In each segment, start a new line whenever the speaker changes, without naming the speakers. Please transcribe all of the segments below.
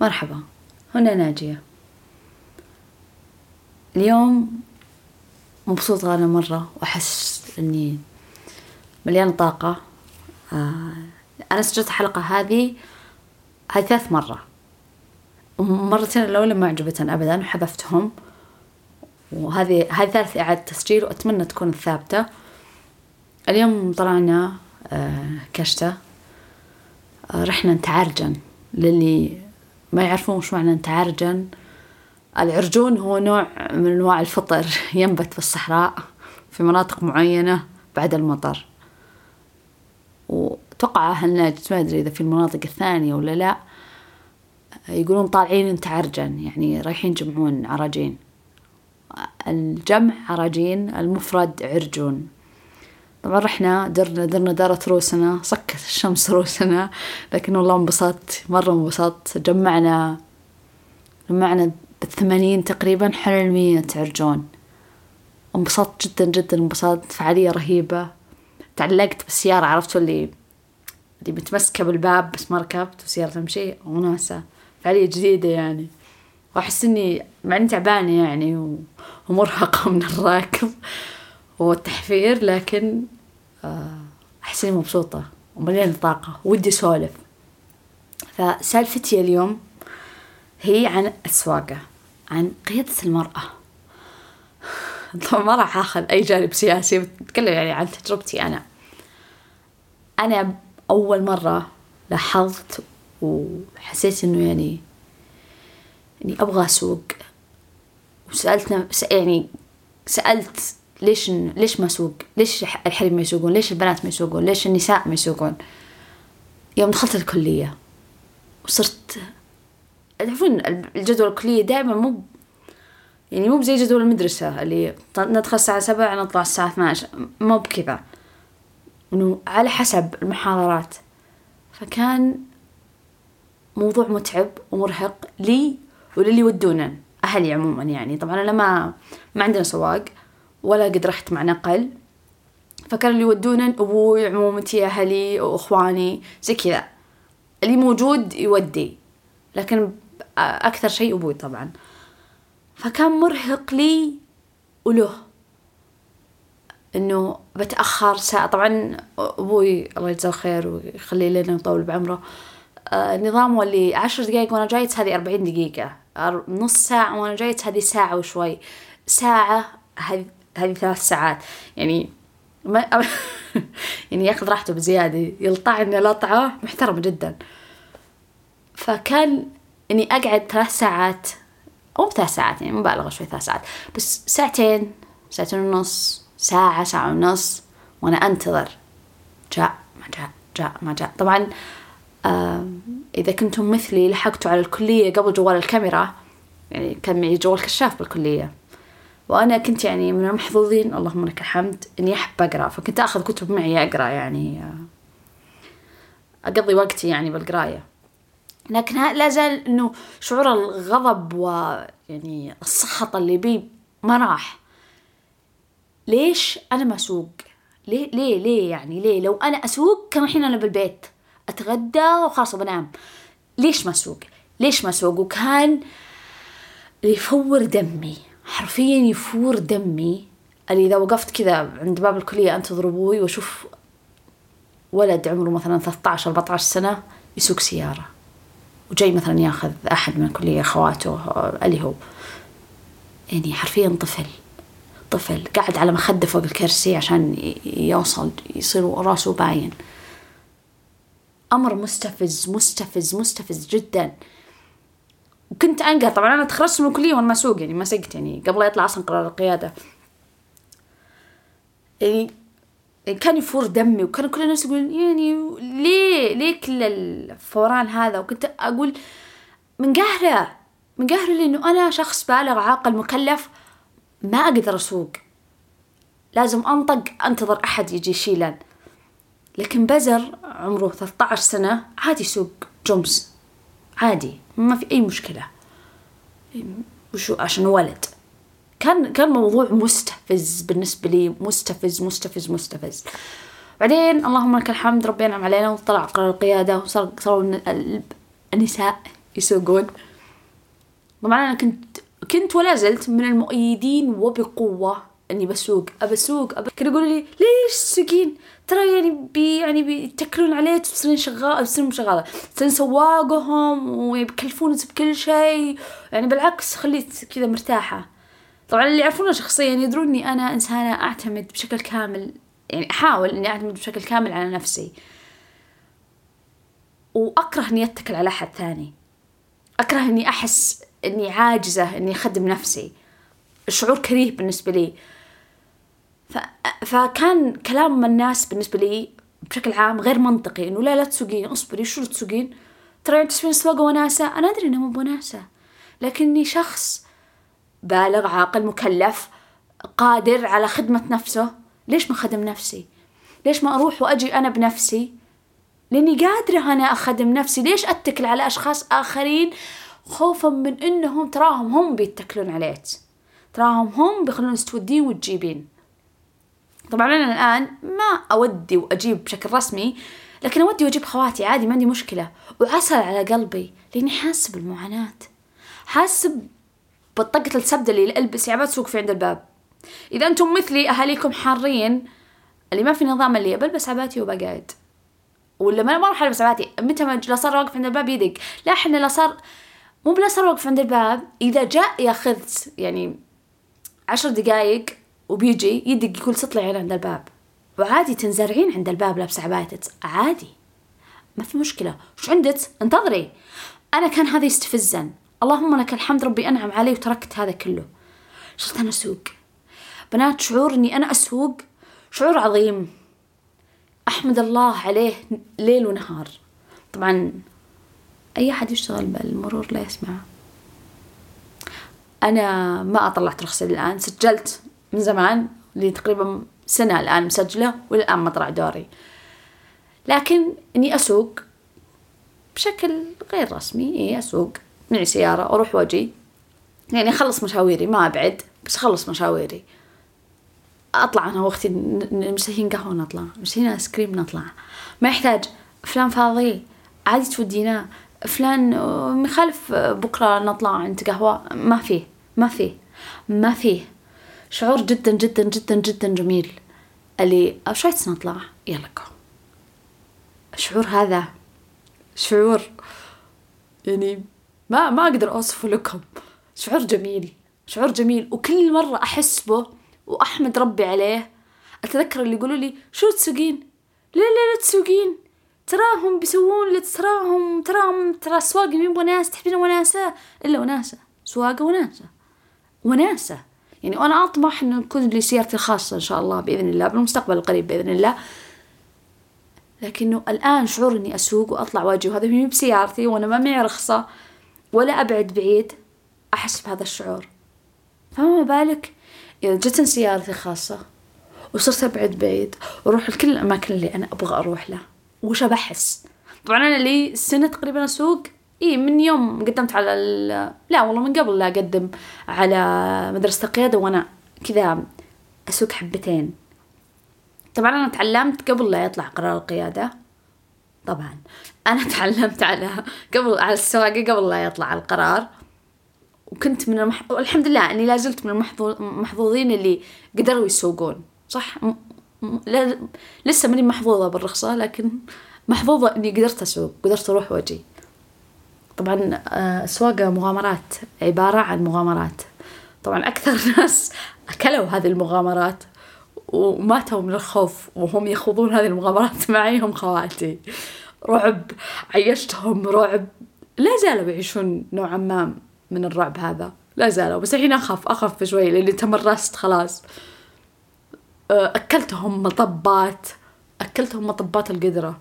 مرحبا، هنا ناجية. اليوم مبسوطة أنا مرة وأحس أني مليانة طاقة. أنا سجلت الحلقة هذه 3 مرة، مرتين الأولى ما عجبتني أبدا وحذفتهم، وهذه 3 إعادة تسجيل وأتمنى تكون الثابتة. اليوم طلعنا كشتة، رحنا نتعرجن. للي ما يعرفون وش معنى نتعرجن، العرجون هو نوع من أنواع الفطر ينبت في الصحراء في مناطق معينة بعد المطر، وتوقع أهل نجد، ما أدري إذا في المناطق الثانية ولا لا، يقولون طالعين نتعرجن، يعني رايحين يجمعون عراجين. الجمع عراجين، المفرد عرجون. طبعا رحنا درنا دارت روسنا، صكت الشمس روسنا، لكن والله انبسطت مرة، انبسطت. جمعنا 80 تقريبا، حول 100 عرجون. انبسطت جدا جدا، انبسطت. فعالية رهيبة. تعلقت بالسيارة، عرفتوا اللي متمسكة بالباب بس ما ركبت والسيارة تمشي، وناسة. فعالية جديدة يعني، وأحس إني مع إني تعبانة يعني ومرهقة من الراكب والتحفير، لكن أحس إني مبسوطة ومليانة طاقة ودي أسولف. فسالفتي اليوم هي عن السواقة، عن قيادة المرأة. طبعا ما راح أخذ أي جانب سياسي، بتكلم يعني عن تجربتي. أنا أول مرة لاحظت وحسيت إنه يعني إني أبغى أسوق، سألت ليش ما أسوق؟ ليش الحريم ما يسوقون؟ ليش البنات ما يسوقون؟ ليش النساء ما يسوقون؟ يوم دخلت الكلية وصرت، تعرفون الجدول الكلية دائما مو زي جدول المدرسة اللي ندخل الساعة 7 نطلع الساعة 12، مو بكذا، إنه على حسب المحاضرات. فكان موضوع متعب ومرهق لي وللي ودونا أهلي عموما. يعني طبعا أنا ما عندنا سواق ولا قد رحت مع نقل، فكان اللي ودونا أبوي، عمومتي، أهلي وأخواني، زي كذا، اللي موجود يودي، لكن أكثر شيء أبوي طبعا. فكان مرهق لي وله، إنه بتأخر ساعة. طبعا أبوي الله يجزاه خير ويخلي لنا ويطول بعمره، نظامه اللي 10 دقائق وأنا جايت هذه 40 دقيقة، نص ساعة وأنا جايت هذه ساعة وشوي، ساعة هذه 3 ساعات. يعني ما يعني ياخذ راحته بزيادة، يلطعني لطعة محترمة جدا. فكان إني أقعد 3 ساعات أو 3 ساعات، يعني مبالغة شوي، 3 ساعات، بس ساعتين ونص، ساعة ونص وأنا أنتظر، جاء ما جاء. طبعا إذا كنتم مثلي لحقتوا على الكلية قبل جوال الكاميرا، يعني كان معي جوال كشاف بالكلية، وأنا كنت يعني من المحظوظين اللهم لك الحمد إني أحب أقرأ، فكنت أخذ كتب معي أقرأ، يعني أقضي وقتي يعني بالقراية. لكن لا زال إنه شعور الغضب ويعني السخط اللي بي ما راح. ليش أنا ما أسوق؟ ليه يعني ليه؟ لو أنا أسوق كان الحين أنا بالبيت أتغدى وخلاص بنام. ليش ما أسوق؟ وكان يفور دمي، حرفيا يفور دمي، اللي إذا وقفت كذا عند باب الكلية أنتظر أبوي وأشوف ولد عمره مثلا 13-14 سنة يسوق سيارة، وجاي مثلا ياخذ أحد من الكلية أخواته اللي هو يعني حرفيا طفل قاعد على مخدة فوق الكرسي عشان يوصل يصير راسه باين. أمر مستفز جدا. وكنت أنقر. طبعا أنا تخرجت من الكلية وأنا ما أسوق، يعني ما سقت، يعني قبل يطلع أصلا قرار القيادة. يعني كان يفور دمي، وكان كل الناس يقولون يعني ليه كل الفوران هذا. وكنت أقول من قهره لأنه أنا شخص بالغ عاقل مكلف، ما أقدر أسوق، لازم أنتظر أحد يجي يشيلن. لكن بزر عمره 13 سنة عادي يسوق جمس عادي، ما في أي مشكلة. وشو عشان ولد. كان موضوع مستفز بالنسبة لي، مستفز. بعدين اللهم لك الحمد، ربنا ينعم علينا وطلع قرار القيادة، وصاروا النساء يسوقون. طبعا أنا كنت ولا زلت من المؤيدين وبقوة إني كانوا يقولوا لي ليش تسوقين؟ ترى يعني بيتكلون عليك تصيرين شغالة تصيرين سواقهم ويكلفونك بكل شيء، يعني بالعكس خليت كذا مرتاحة. طبعا اللي يعرفونه شخصيا يدرون إني أنا إنسانة أعتمد بشكل كامل، يعني أحاول إني أعتمد بشكل كامل على نفسي، وأكره إني أتكل على أحد ثاني، أكره إني أحس إني عاجزة إني أخدم نفسي، الشعور كريه بالنسبة لي. فكان كلام الناس بالنسبة لي بشكل عام غير منطقي، إنه لا تسوقين، أصبري، شو تسوقين؟ ترى أنت تسوين سواقة وناسة. أنا أدري إنه مو بوناسة، لكني شخص بالغ عاقل مكلف قادر على خدمة نفسه. ليش ما خدم نفسي؟ ليش ما أروح وأجي أنا بنفسي؟ لأني قادرة أنا أخدم نفسي. ليش أتكل على أشخاص آخرين خوفا من إنهم تراهم هم بيتكلون عليك، تراهم هم بيخلون تودين وتجيبين. طبعا أنا الآن ما أودي وأجيب بشكل رسمي، لكن أودي وأجيب خواتي عادي، ما عندي مشكلة، وعسل على قلبي لأني حاسة بالمعاناة، حاسة بالطقة السبدة اللي ألبس يعني تسوق في عند الباب. إذا أنتم مثلي أهاليكم حارين اللي ما في نظام، اللي بلبس عباتي وبقعد، ولا ما راح ألبس عباتي متى ما لا صار واقف عند الباب يدق. لا إحنا لا صار مو بلا صار واقف عند الباب، إذا جاء ياخذ يعني 10 دقايق وبيجي يدق يقول تطلعين عند الباب، وعادي تنزرعين عند الباب لابس عبايتك عادي، ما في مشكلة. وش عندك؟ انتظري. أنا كان هذا يستفزن، اللهم لك الحمد ربي أنعم علي وتركت هذا كله. صرت أنا أسوق بنات، شعور إني أنا أسوق شعور عظيم أحمد الله عليه ليل ونهار. طبعا أي أحد يشتغل بالمرور لا يسمع. أنا ما طلعت رخصتي الآن، سجلت من زمان لي تقريبا سنة الآن مسجلة، والآن ما طلع دوري، لكن إني أسوق بشكل غير رسمي. أسوق معي سيارة أروح واجي، يعني أخلص مشاويري، ما أبعد بس أخلص مشاويري، أطلع أنا وأختي نمسحين قهوة نطلع، نمسحين آيس كريم نطلع، ما يحتاج فلان فاضي عادي تودينا، فلان مخالف بكرة نطلع عند قهوة، ما فيه شعور جدا جدا جدا جدا جميل اللي أوشيت نطلع يلا جو. الشعور هذا شعور يعني ما أقدر أوصفه لكم. شعور جميل وكل مرة أحس به وأحمد ربي عليه. أتذكر اللي يقولوا لي شو تسوقين؟ لا تسوقين، تراهم بيسوون اللي ترى السواقة مين وناس، تحبين وناسة إلا وناسة، سواقة وناسة. يعني أنا أطمح إنه نكون لي سيارتي الخاصة إن شاء الله بإذن الله بالمستقبل القريب بإذن الله. لكنه الآن شعور إني أسوق وأطلع واجي وهذا مين بسيارتي وأنا ما معي رخصة ولا أبعد بعيد، أحس بهذا الشعور. فما بالك إذا جت سيارتي خاصة وصرت أبعد بعيد وأروح لكل الأماكن اللي أنا أبغى أروح له، وش بحس. طبعا أنا لي سنة تقريبا أسوق، من يوم قدمت على لا والله من قبل لا أقدم على مدرسة القيادة وأنا كذا أسوق حبتين. طبعا أنا تعلمت قبل لا يطلع قرار القيادة، طبعا أنا تعلمت على السواقة قبل لا يطلع القرار، وكنت من الحمد لله أني لازلت من المحظوظين اللي قدروا يسوقون صح. لسه ماني محظوظة بالرخصة، لكن محظوظة أني قدرت أسوق، قدرت أروح وأجي. طبعا السواقة مغامرات، عبارة عن مغامرات. طبعا أكثر ناس أكلوا هذه المغامرات وماتوا من الخوف وهم يخوضون هذه المغامرات معي هم خواتي. رعب، عيشتهم رعب، لا زالوا يعيشون نوعا ما من الرعب هذا، لا زالوا، بس الحين أخف شوي لأني تمرست خلاص. أكلتهم مطبات القدرة.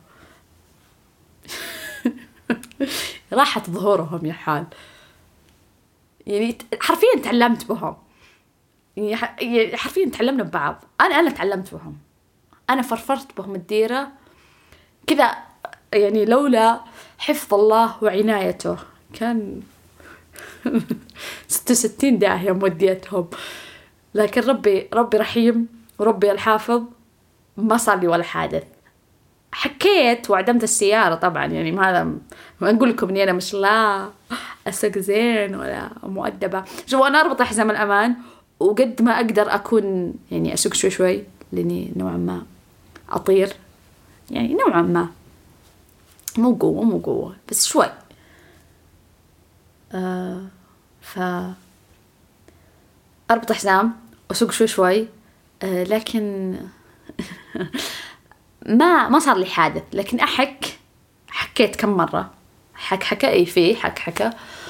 راحت ظهورهم يا حال، يعني حرفيا تعلمت بهم، يعني حرفيا تعلمنا ببعض. أنا تعلمت بهم، أنا فرفرت بهم الديرة كذا، يعني لولا حفظ الله وعنايته كان 66 داهية موديتهم. لكن ربي رحيم وربي الحافظ، ما صار لي ولا حادث. حكيت وعدمت السيارة طبعا، يعني ما أقول لكم إني أنا مش لا أسوق زين ولا مؤدبة. شوفوا أنا أربط حزام الأمان وقد ما أقدر أكون يعني أسوق شوي شوي، لأني نوعا ما أطير، يعني نوعا ما مو قوة بس شوي. أربط حزام وأسوق شوي شوي. لكن ما صار لي حادث، لكن حكيت كم مرة حكى أي فيه حكى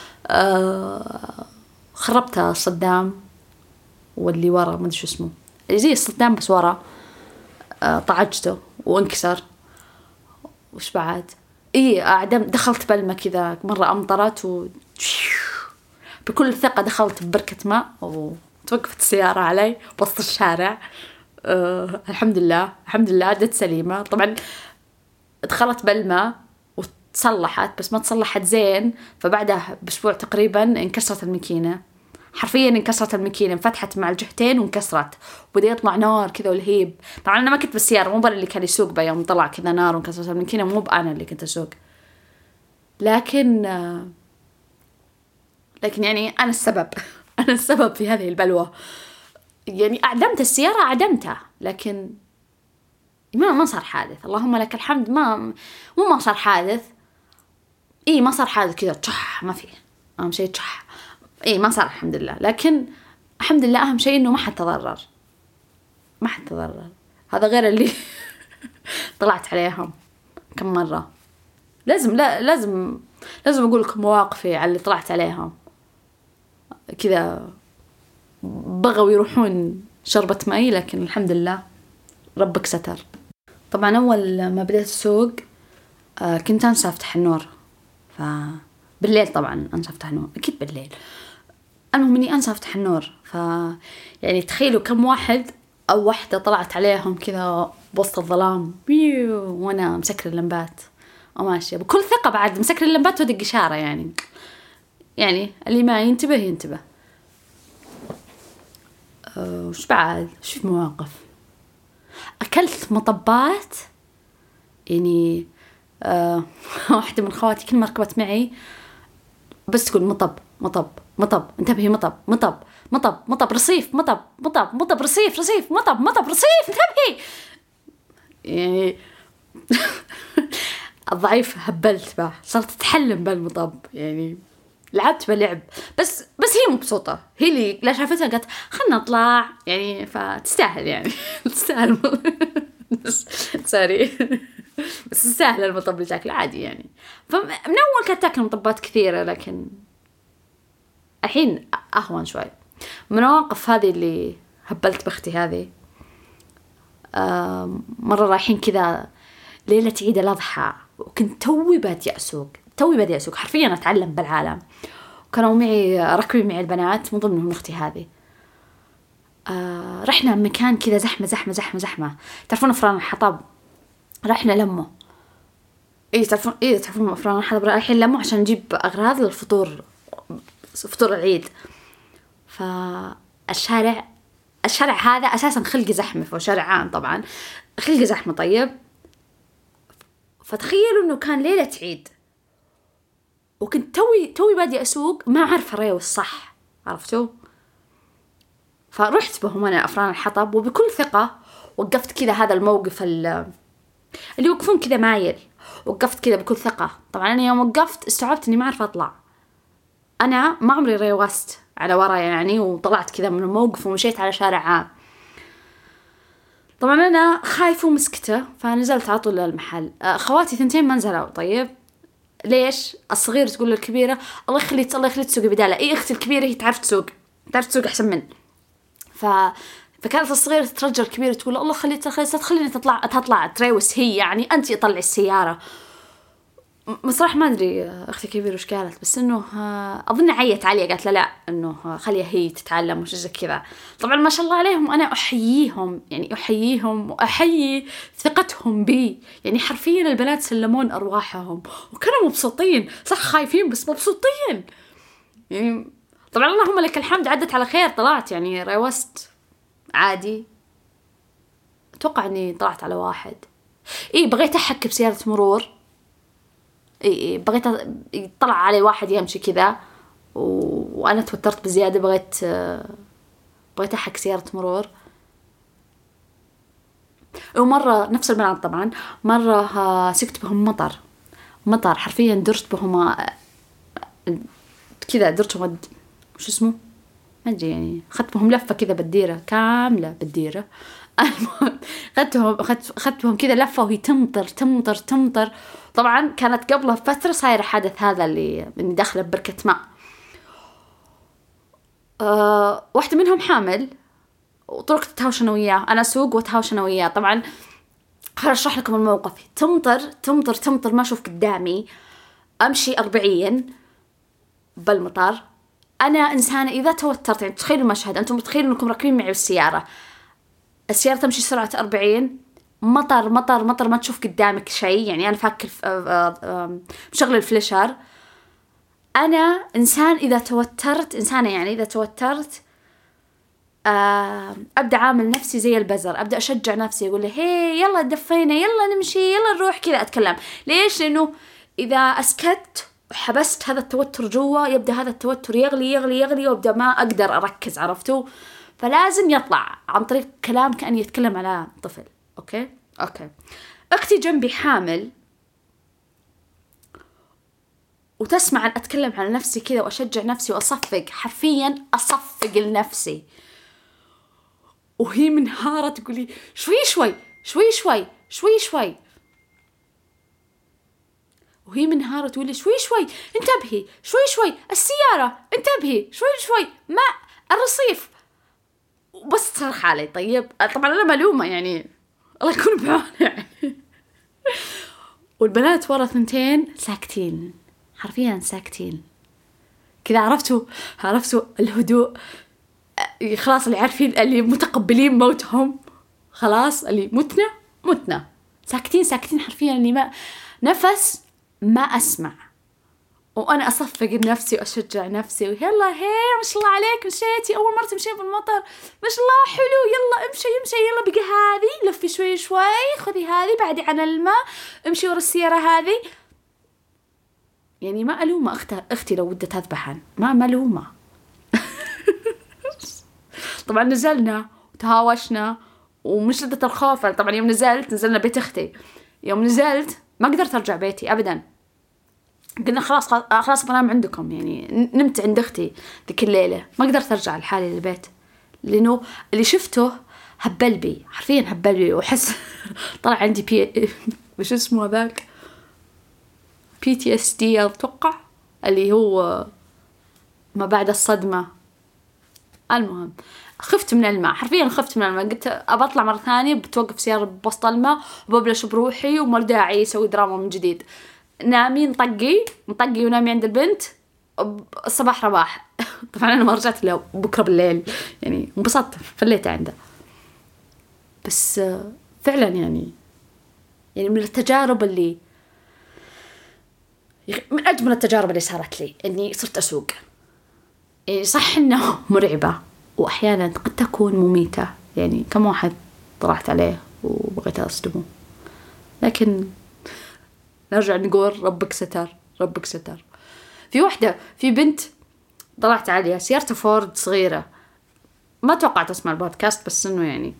خربت الصدام واللي ورا ما أدري شو اسمه، زي الصدام بس ورا، طعجته وانكسر. وش بعد دخلت بلمة كذا مرة أمطرت بكل ثقة دخلت ببركة ماء وتوقفت السيارة علي بوسط الشارع. الحمد لله عدت سليمة. طبعا دخلت بالماء وتصلحت، بس ما تصلحت زين، فبعدها بأسبوع تقريبا انكسرت الماكينة، حرفيا انكسرت الماكينة، انفتحت مع الجهتين وانكسرت، وبدأ يطلع نار كذا والهيب. طبعا أنا ما كنت بالسيارة، مو بأنا اللي كان يسوق بقى، يوم طلع كذا نار وانكسرت الماكينة مو بأنا اللي كنت أسوق، لكن يعني أنا السبب أنا السبب في هذه البلوى. يعني أعدمت السيارة، أعدمتها، لكن ما صار حادث، اللهم لك الحمد. ما صار حادث. ما صار حادث كذا تشح، ما فيه أهم شيء تشح. ما صار الحمد لله، لكن الحمد لله أهم شيء إنه ما حد تضرر. هذا غير اللي طلعت عليهم كم مرة. لازم أقول لكم مواقفي على اللي طلعت عليهم كذا، بغوا يروحون شربة ماء، لكن الحمد لله ربك ستر. طبعا أول ما بدأت السوق كنت أنسى أفتح النور، بالليل طبعا أنسى أفتح النور، أكيد بالليل. المهم إني أنسى أفتح النور، يعني تخيلوا كم واحد أو واحدة طلعت عليهم كذا بوسط الظلام وأنا مسكر اللمبات وماشية بكل ثقة، بعد مسكر اللمبات ودق إشارة، يعني اللي ما ينتبه. وش بعد؟ شوف مواقف. أكلت مطبات، يعني واحدة من خواتي كل ما ركبت معي بس تقول مطب انتبهي، مطب رصيف، مطب رصيف انتبهي. يعني الضعيف هبلت بقى، صرت أتحلم بالمطب، يعني لعبت باللعب، بس هي مبسوطة، هي اللي لا شافتها قالت خلنا نطلع، يعني فتستاهل، يعني تستاهل. سوري، بس تستاهل المطب اللي تاكله عادي يعني. فمن أول كانت تاكل مطبات كثيرة، لكن الحين أهون شوي. من المواقف هذه اللي هبلت بختي هذه، مرة رايحين كذا ليلة عيد الأضحى، وكنت توي بادية أسوق حرفيا أتعلم بالعالم، وكانوا معي ركبي معي البنات من ضمنهم أختي هذه. رحنا مكان كذا زحمة. تعرفون فران الحطب؟ رحنا لمه. تعرفون فران الحطب؟ رايحين لمه عشان نجيب أغراض للفطور، فطور العيد. فالشارع هذا أساسا خلق زحمة، فهو شارع عام طبعا، خلق زحمة. طيب، فتخيلوا إنه كان ليلة عيد، وكنت توي بادي أسوق، ما أعرف الريو الصح، عرفتوا؟ فرحت بهم أنا أفران الحطب، وبكل ثقة وقفت كذا، هذا الموقف اللي يوقفون كذا مايل، وقفت كذا بكل ثقة. طبعا أنا يوم وقفت استوعبت إني ما أعرف أطلع، أنا ما عمري ريوست على ورا يعني، وطلعت كذا من الموقف ومشيت على شارع عام. طبعا أنا خايفة ومسكتة، فنزلت على طول للمحل. خواتي 2 ما نزلوا. طيب ليش؟ الصغير تقول للكبيرة الله يخليك تسوقي بدالة. أختي الكبيرة هي تعرف تسوق أحسن من. فكانت الصغيرة تترجى الكبيرة تقول الله خليني تطلع تريوس هي، يعني أنت طلعي السيارة. بصراحة ما أدري أختي الكبيرة وش قالت، بس إنه أظن عيت عليها، قالت لا إنه خليها هي تتعلم وش زي كذا. طبعا ما شاء الله عليهم، أنا أحييهم وأحيي ثقتهم بي، يعني حرفيا البنات سلمون أرواحهم وكانوا مبسوطين، صح خايفين بس مبسوطين يعني. طبعا اللهم لك الحمد عدت على خير، طلعت يعني ريوست عادي. أتوقع أني طلعت على 1 إيه بغيت أحك بسيارة مرور، إيه بغيت يطلع علي واحد يمشي كذا وأنا توترت بزيادة، بغيت أحك سيارة مرور. ومرة نفس البنات طبعا، مرة سكت بهم مطر حرفيا، درت بهم كذا، درتهم وش اسمه ما أدري يعني، أخذت بهم لفة كذا بالديرة كاملة بالديرة. أخذت بهم كذا لفة وهي تمطر. طبعا كانت قبلها فترة صاير حدث هذا اللي إني داخلة ببركة ماء. واحدة منهم حامل وطرقت أتهاوشن وياه، أنا أسوق وأتهاوشن وياه. طبعا خليني أشرح لكم الموقف. تمطر ما أشوف قدامي، أمشي 40 بالمطر. أنا إنسانة إذا توترت، يعني تخيلوا المشهد، أنتم متخيلوا أنكم راكبين معي بالسيارة، السيارة تمشي سرعة 40، مطر ما تشوف قدامك شيء، يعني أنا فاك بشغل الفليشر. أنا إنسانة إذا توترت أبدأ عامل نفسي زي البزر، أبدأ أشجع نفسي، أقول له هي يلا دفينا، يلا نمشي، يلا نروح كذا، أتكلم. ليش؟ لأنه إذا أسكت وحبست هذا التوتر جوا، يبدأ هذا التوتر يغلي وأبدأ ما أقدر أركز، عرفتوا؟ فلازم يطلع عن طريق كلام كأني يتكلم على طفل. أوكي. أختي جنبي حامل وتسمع أتكلم على نفسي كذا وأشجع نفسي وأصفق، حرفيا أصفق لنفسي، وهي منهارة تقولي شوي، وهي منهارة تقولي شوي انتبهي، شوي السيارة انتبهي، شوي ما الرصيف، بس تصرخ علي. طيب طبعا أنا ملومة يعني، الله يكون بعونه يعني. والبنات ورا ثنتين ساكتين، حرفيا ساكتين كذا، عرفتوا الهدوء، خلاص اللي عارفين، اللي متقبلين موتهم، خلاص اللي متنا ساكتين حرفيا، اللي ما نفس ما أسمع، وأنا أصفق نفسي وأشجع نفسي، ويلا هي ما شاء الله عليك، مشيتي أول مرة تمشي بالمطر، ما شاء الله حلو، يلا امشي يلا بقى هذه لفي شوي، خذي هذه بعدي عن الماء، امشي ورا السيارة هذه. يعني ما ألومة أختي لو ودت أذبحن، ما ألومة. طبعا نزلنا وتهاوشنا، ومن شدة الخوف طبعا يوم نزلنا بيت أختي، يوم نزلت ما قدرت أرجع بيتي أبدا، قلنا خلاص بنام عندكم، يعني نمت عند أختي ذيك الليلة، ما قدرت أرجع لحالي للبيت، لأنه اللي شفته هبلبي، حرفيا هبلبي، وحس طلع عندي وش اسمه ذاك PTSD أتوقع، اللي هو ما بعد الصدمة. المهم خفت من الماء، حرفيا خفت من الماء، قلت أبى أطلع مرة ثانية، بتوقف سيارة بوسط الماء وببلش بروحي، وما له داعي يسوي دراما من جديد. نامي نطقي ونامي عند البنت، الصباح رباح. طبعا أنا ما رجعت له بكرة بالليل، يعني انبسطت فليت عنده. بس فعلا يعني من التجارب اللي من أجمل التجارب اللي صارت لي إني صرت أسوق. يعني صح إنه مرعبة وأحيانا قد تكون مميتة، يعني كم واحد طلعت عليه وبغيت أصدمه، لكن نرجع نقول ربك ستر. في بنت طلعت عليها سيارة فورد صغيرة، ما توقعت أسمع البودكاست، بس إنه يعني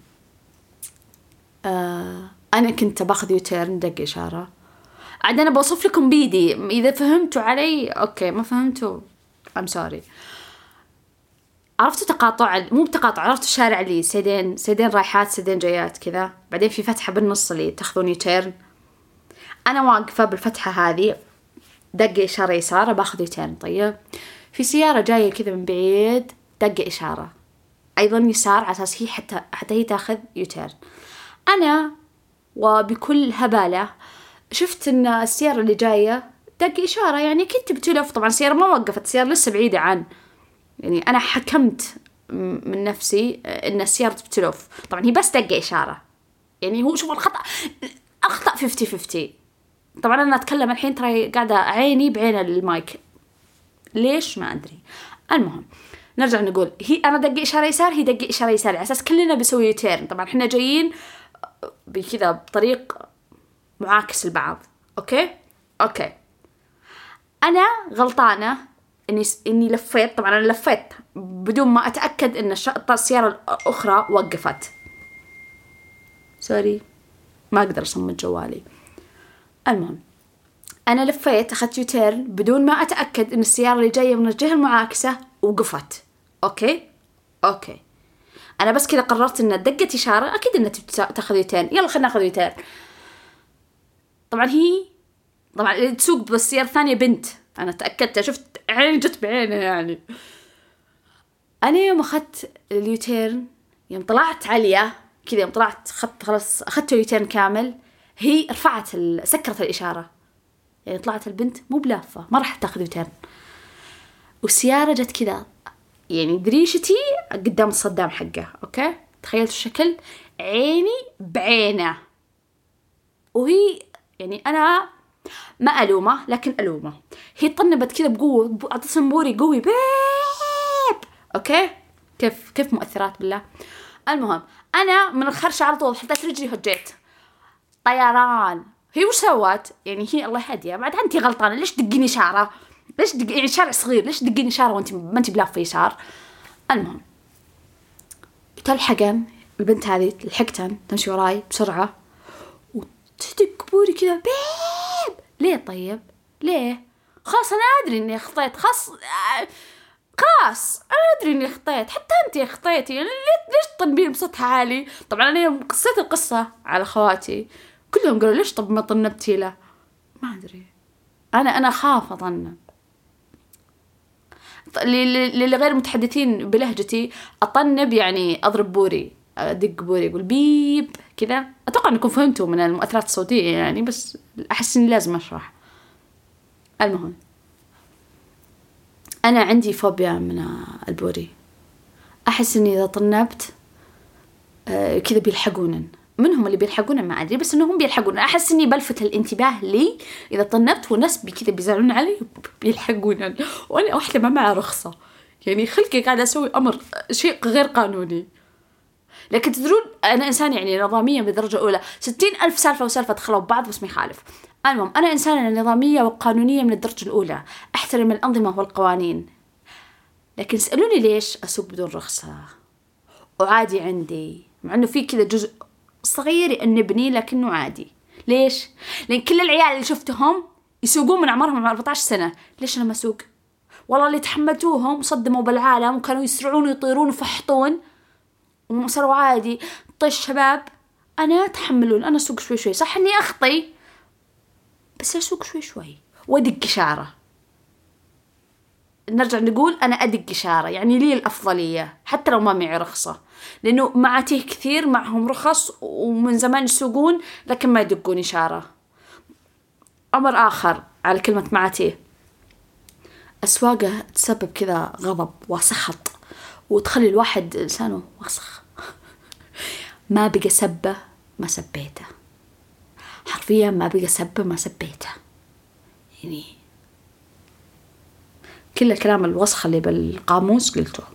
أنا كنت باخذ يوتيرن دق إشارة، عاد أنا بوصف لكم بيدي، إذا فهمتوا علي أوكي، ما فهمتوا I'm sorry. عرفتوا تقاطع، مو بتقاطع، عرفتوا الشارع اللي سيدين رايحات سيدين جايات كذا، بعدين في فتحة بالنص اللي تاخذون يوتيرن. أنا واقفة بالفتحة هذه، دق إشارة يسار باخذ يوتيرن. طيب في سيارة جاية كذا من بعيد، دق إشارة أيضا يسار على أساس هي حتى هي تاخذ يوتيرن. أنا وبكل هبالة شفت إن السيارة اللي جاية دق إشارة، يعني كنت بتلف، طبعا السيارة ما وقفت، السيارة لسه بعيدة عن، يعني أنا حكمت من نفسي إن السيارة بتلف، طبعا هي بس دق إشارة، يعني هو شوف الخطأ أخطأ 50-50. طبعا أنا أتكلم الحين ترى قاعدة عيني بعين المايك، ليش ما أدري. المهم نرجع نقول، أنا دق إشارة يسار، هي دق إشارة يسار، على أساس كلنا بسوي يوتيرن. طبعا إحنا جايين بكذا بطريق معاكس لبعض. أوكي أنا غلطانة إني لفيت. طبعا أنا لفيت بدون ما أتأكد إن السيارة الأخرى وقفت. سوري ما أقدر أصمد جوالي. المهم أنا لفيت أخذت يوتيرن بدون ما أتأكد إن السيارة اللي جاية من الجهة المعاكسة وقفت. أوكي أنا بس كذا قررت إن دقت إشارة أكيد إنها تاخذ يوتيرن، يلا خلنا ناخذ يوتيرن. طبعا اللي تسوق بالسيارة الثانية بنت، أنا تأكدت، شفت عيني جت بعينها يعني. أنا يوم أخذت اليوتيرن، يوم طلعت عليا كذا، يوم طلعت خلاص أخذت اليوتيرن كامل، هي رفعت سكرت الإشارة، يعني طلعت البنت مو بلافة ما راح تاخذ يوتيرن، والسيارة جت كذا يعني دريشتي قدام الصدام حقه. أوكي تخيلت الشكل، عيني بعينه، وهي يعني أنا ما ألومه لكن ألومه، هي طنبت كذا بقوة، أعطتهم بوري قوي بيب. أوكي كيف مؤثرات بالله. المهم أنا من الخرش على طول حطيت رجلي هجيت طيران. هي وش سوت يعني؟ هي الله يهديها بعد، أنتي غلطانة، ليش تدقيني إشارة؟ ليش يعني شارع صغير ليش تدقيني إشارة وأنتي ما أنتي بلافة يسار؟ المهم تلحقن البنت هذه، لحقتن تمشي وراي بسرعة وتدق بوري كذا بيب. ليه طيب ليه؟ خلاص أنا أدري إني خطيت، خلاص أنا أدري إني خطيت، حتى أنتي خطيتي، يعني ليش تطنبين بصوتها عالي؟ طبعا أنا يوم قصيت القصة على خواتي كلهم قالوا ليش طب ما طنبتي له؟ ما أدري، أنا أخاف أطنب. اللي غير متحدثين بلهجتي أطنب يعني أضرب بوري، أدق بوري أقول بيب كذا. أتوقع أنكم فهمتوا من المؤثرات الصوتية يعني، بس أحس إني لازم أشرح. المهم أنا عندي فوبيا من البوري، أحس إني إذا طنبت كذا بيلحقونن. منهم اللي بيلحقونن ما أدري، بس إنهم بيلحقون. أحس إني بلفت الانتباه لي إذا طنبت، والناس كذا بيزعلون علي بيلحقونن، وأنا واحدة ما معها رخصة، يعني خلقي قاعدة أسوي أمر شيء غير قانوني. لكن تدرون أنا إنسان يعني نظامية بدرجة أولى، 60,000 سالفة وسالفة دخلوا ببعض بس ما يخالف. المهم أنا إنسانة نظامية وقانونية من الدرجة الأولى، أحترم الأنظمة والقوانين. لكن سألوني ليش أسوق بدون رخصة وعادي عندي، مع أنه في كذا جزء صغير يأنبني لكنه عادي. ليش؟ لأن كل العيال اللي شفتهم يسوقون من عمرهم 14 سنة، ليش أنا ما أسوق؟ والله اللي تحملتوهم صدموا بالعالم وكانوا يسرعون ويطيرون ويفحطون وصاروا عادي. طيش شباب أنا تحملون، أنا أسوق شوي شوي، صح إني أخطي بس أسوق شوي شوي وأدق إشارة. نرجع نقول أنا أدق إشارة، يعني لي الأفضلية حتى لو ما معي رخصة، لأنه معاتيه كثير معهم رخص ومن زمان يسوقون لكن ما يدقون إشارة. أمر آخر على كلمة معاتيه، أسواقه تسبب كذا غضب وسخط وتخلي الواحد لسانه وسخ. ما بقى سبه ما سبيته، حرفيا ما بقى سبه ما سبيته، يعني كل الكلام الوسخ اللي بالقاموس قلته.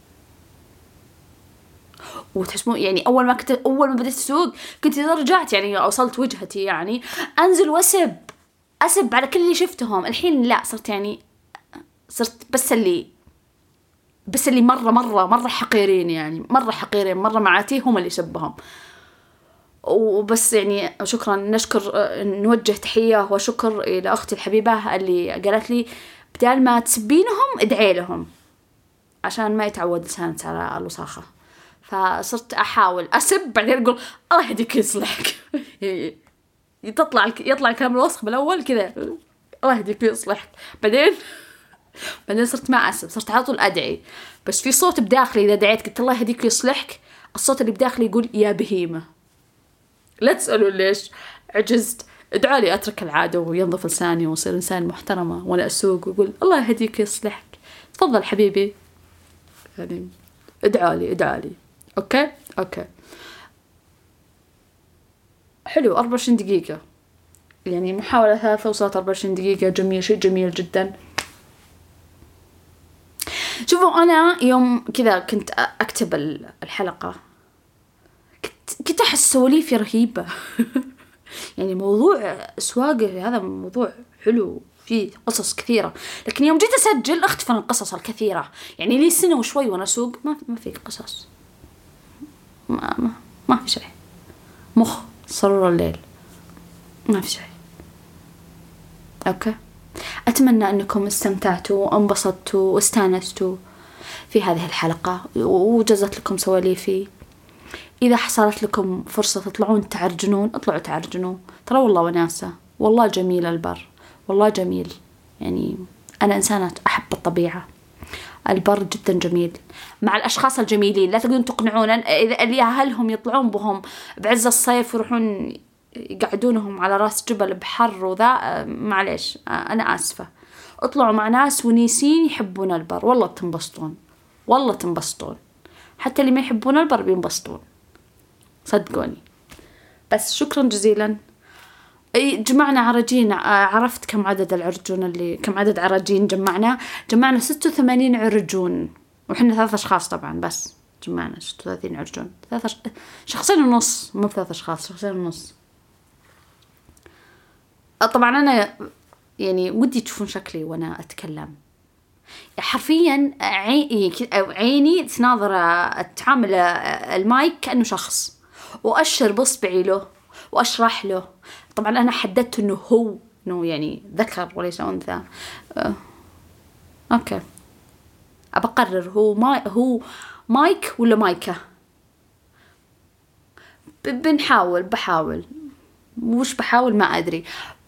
وتحسبون يعني أول ما بديت أسوق كنت إذا رجعت يعني وصلت وجهتي يعني أنزل وأسب على كل اللي شفتهم. الحين لا، صرت بس اللي مرة حقيرين، يعني مرة حقيرين، مرة معاتيه هم اللي يسبهم وبس. يعني شكرا، نوجه تحية وشكر إلى أختي الحبيبة اللي قالت لي بدال ما تسبينهم ادعي لهم عشان ما يتعود لسانك على الوساخة. فصرت أحاول أسب بعدين أقول الله يهديك يصلحك. يطلع الكلام الوسخ بالأول كذا الله يهديك يصلحك، بعدين صرت ما أسب، صرت على طول أدعي، بس في صوت بداخلي إذا دعيت قلت الله يهديك يصلحك، الصوت اللي بداخلي يقول يا بهيمة. لا تسألوا ليش، عجزت. ادعوا لي أترك العادة وينظف لساني وصير إنسان محترمة وأنا أسوق وأقول الله يهديك يصلحك. تفضل حبيبي، يعني ادعوا لي. أوكي حلو. 24 دقيقة يعني محاولة ثالثة وصلت 24 دقيقة، جميل، شيء جميل جدا. شوفوا أنا يوم كذا كنت أكتب الحلقة كنت أحس سواليفي رهيبة. يعني موضوع سواقة هذا موضوع حلو، فيه قصص كثيرة، لكن يوم جيت أسجل اختفى القصص الكثيرة. يعني لي سنة وشوي وأنا أسوق ما في قصص، ما في شيء. مخ صرور الليل، ما في شيء. أوكي، أتمنى أنكم استمتعتوا وانبسطتوا واستانستوا في هذه الحلقة وجزت لكم سواليفي. إذا حصلت لكم فرصة تطلعون تعرجنون، اطلعوا تعرجنون، ترى والله وناسة، والله جميل البر، والله جميل. يعني أنا إنسانة أحب الطبيعة، البر جدا جميل مع الأشخاص الجميلين. لا تقدرون تقنعونا إذا اللي أهلهم يطلعون بهم بعز الصيف ويروحون يقعدونهم على راس جبل بحر وذا، معليش أنا آسفة. اطلعوا مع ناس ونيسين يحبون البر، والله تنبسطون، والله تنبسطون. حتى اللي ما يحبون البر بينبسطون، صدقوني. بس شكرا جزيلا. جمعنا عراجين، عرفت كم عدد العرجون كم عدد عراجين جمعنا 86 عرجون، وحنا 3 أشخاص طبعا، بس جمعنا 36 عرجون. 2.5 شخص، مو 3 أشخاص، 2.5 شخص. طبعا أنا يعني ودي تشوفون شكلي وأنا أتكلم، حرفيا عيني تناظر أتعامل المايك كأنه شخص، وأشر بصبعي له وأشرح له. طبعا أنا حددت إنه يعني ذكر وليس أنثى. أوكي، أبقرر هو مايك ولا مايكة. بحاول وش بحاول ما أدري.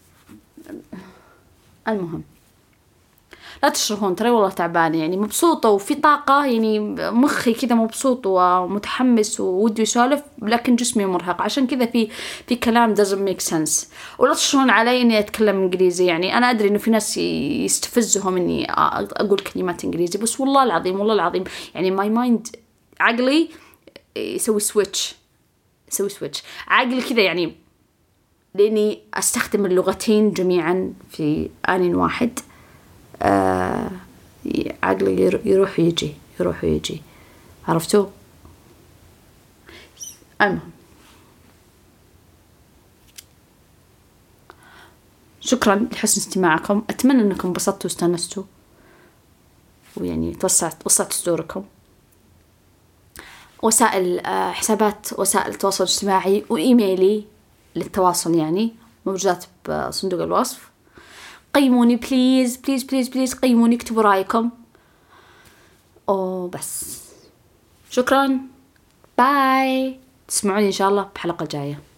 المهم لا تشرحون، ترى والله تعبانة، يعني مبسوطة وفي طاقة، يعني مخي كذا مبسوط ومتحمس وودي يسولف، لكن جسمي مرهق، عشان كذا في كلام doesn't make sense. ولا تشرحون علي إني أتكلم إنجليزي. يعني أنا أدري إنه في ناس يستفزهم إني أقول كلمات إنجليزي، بس والله العظيم يعني my mind، عقلي يسوي سويتش عقلي كذا، يعني لأني أستخدم اللغتين جميعا في آن واحد. عقلي يروح ويجي، عرفتوا؟ المهم شكرا لحسن استماعكم، أتمنى أنكم انبسطتوا واستانستوا، ويعني وسعت صدوركم. حسابات وسائل التواصل الاجتماعي وإيميلي للتواصل يعني موجودات بصندوق الوصف. قيموني بليز، قيموني، اكتبوا رأيكم. بس شكرا، باي، تسمعوني إن شاء الله بحلقة جاية.